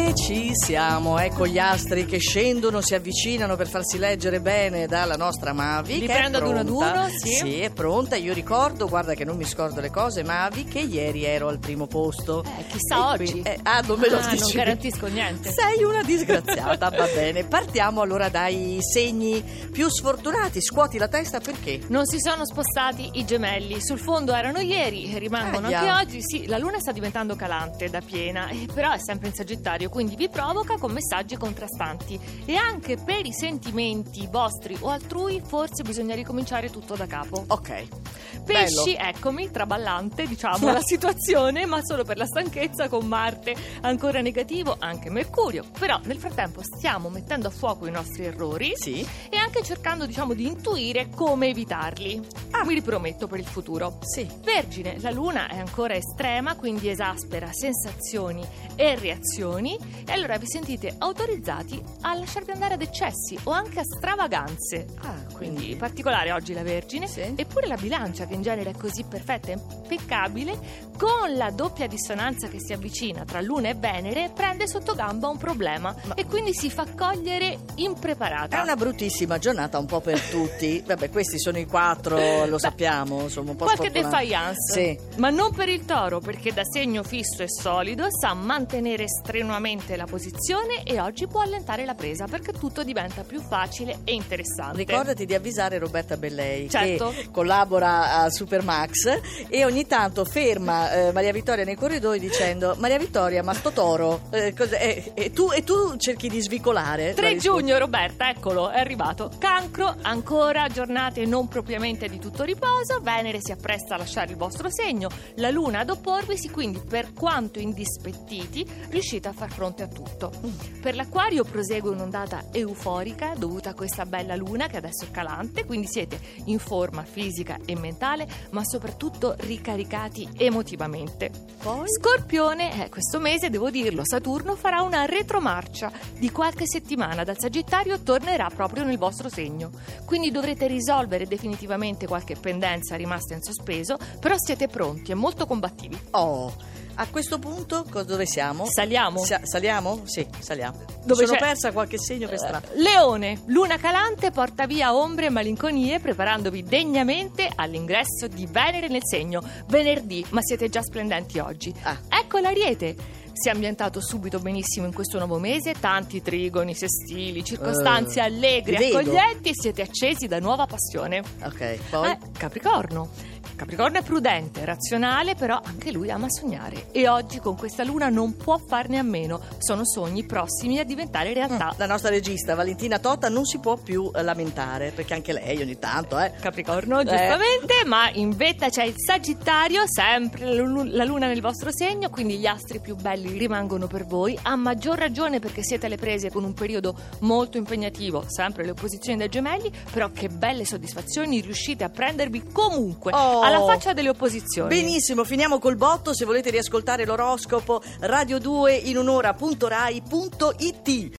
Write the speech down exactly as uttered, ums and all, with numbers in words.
bene, ci siamo. Ecco gli astri che scendono, si avvicinano per farsi leggere bene dalla nostra Mavi. Li che prendo è ad uno ad uno, sì. Sì, è pronta. Io ricordo, guarda che non mi scordo le cose, Mavi, che ieri ero al primo posto. Eh, chissà E oggi. qui- eh, ah, non me lo Ah, dici. non garantisco niente. Sei una disgraziata, va bene. Partiamo allora dai segni più sfortunati. Scuoti la testa perché? Non si sono spostati i gemelli. Sul fondo erano ieri, rimangono Ahia. anche oggi. Sì, la luna sta diventando calante da piena, eh, però è sempre in Sagittario, quindi vi provoca con messaggi contrastanti. E anche per i sentimenti vostri o altrui, forse bisogna ricominciare tutto da capo. Ok. Pesci, Bello. eccomi, traballante, diciamo, la situazione, ma solo per la stanchezza con Marte ancora negativo, anche Mercurio. Però nel frattempo stiamo mettendo a fuoco i nostri errori Sì. e anche cercando, diciamo, di intuire come evitarli. Ah. Mi riprometto per il futuro. Sì. Vergine, la luna è ancora estrema, quindi esaspera sensazioni e reazioni, e allora vi sentite autorizzati a lasciarvi andare ad eccessi o anche a stravaganze. Ah, Quindi quindi particolare oggi la Vergine, Sì. eppure la Bilancia, che in genere è così perfetta e impeccabile, con la doppia dissonanza che si avvicina tra Luna e Venere, prende sotto gamba un problema Ma- e quindi si fa cogliere impreparata. è una bruttissima giornata un po' per tutti. Vabbè, questi sono i quattro, lo sappiamo, insomma, un po' Qualche sfortunati. defiance, Sì. ma non per il Toro, perché da segno fisso e solido sa mantenere strenuamente la posizione e oggi può allentare la presa perché tutto diventa più facile e interessante. Ricordati di avvisare Roberta Bellei, Certo. che collabora a Supermax e ogni tanto ferma eh, Maria Vittoria nei corridoi dicendo: Maria Vittoria, ma sto toro eh, cos'è? E, e tu, e tu cerchi di svicolare. tre La risposta. giugno, Roberta, eccolo, è arrivato. Cancro, ancora giornate non propriamente di tutto riposo. Venere si appresta a lasciare il vostro segno, la luna ad opporvisi, quindi per quanto indispettiti riuscite a far fronte a tutto. Per l'Acquario prosegue un'ondata euforica dovuta a questa bella luna che adesso è calante, quindi siete in forma fisica e mentale, ma soprattutto ricaricati emotivamente. Poi? Scorpione, eh, questo mese devo dirlo, Saturno farà una retromarcia di qualche settimana dal Sagittario, tornerà proprio nel vostro segno, quindi dovrete risolvere definitivamente qualche pendenza rimasta in sospeso, però siete pronti e molto combattivi. Oh, a questo punto co- dove siamo? Saliamo? Sa- saliamo? Sì, saliamo. Dove Sono c'è- persa qualche segno per strada. Leone, luna calante porta via ombre e malinconie, preparandovi degnamente all'ingresso di Venere nel segno. Venerdì, ma siete già splendenti oggi. Ah. Ecco l'Ariete. Si è ambientato subito benissimo in questo nuovo mese, tanti trigoni, sestili, circostanze Eh, allegri, ti vedo. accoglienti, e siete accesi da nuova passione. Ok, poi? Eh, Capricorno. Capricorno è prudente, razionale, però anche lui ama sognare. E oggi con questa luna non può farne a meno. Sono sogni prossimi a diventare realtà. La nostra regista Valentina Totta non si può più eh, lamentare, perché anche lei ogni tanto, eh. Capricorno, giustamente, ma in vetta c'è il Sagittario, sempre la lu- la luna nel vostro segno, quindi gli astri più belli rimangono per voi, a maggior ragione perché siete alle prese con un periodo molto impegnativo, sempre le opposizioni dai gemelli, però che belle soddisfazioni riuscite a prendervi comunque, Oh. alla faccia delle opposizioni. Benissimo, finiamo col botto. Se volete riascoltare l'oroscopo, radio due in un'ora punto rai punto it.